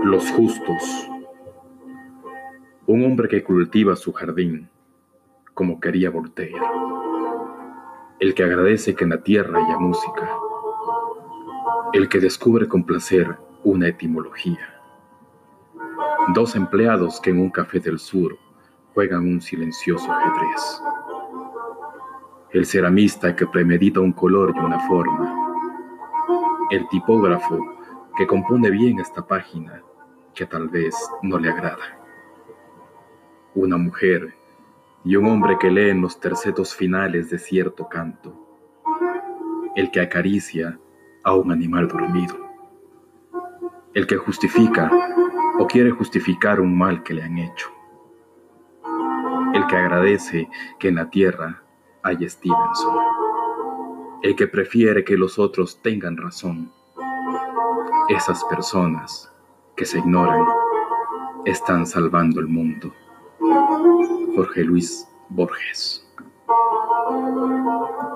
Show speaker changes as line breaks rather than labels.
Los justos. Un hombre que cultiva su jardín, como quería Voltaire. El que agradece que en la tierra haya música. El que descubre con placer una etimología. Dos empleados que en un café del sur juegan un silencioso ajedrez. El ceramista que premedita un color y una forma. El tipógrafo que compone bien esta página que tal vez no le agrada. Una mujer y un hombre que leen los tercetos finales de cierto canto. El que acaricia a un animal dormido. El que justifica o quiere justificar un mal que le han hecho. El que agradece que en la tierra haya Stevenson. El que prefiere que los otros tengan razón. Esas personas que se ignoran están salvando el mundo. Jorge Luis Borges.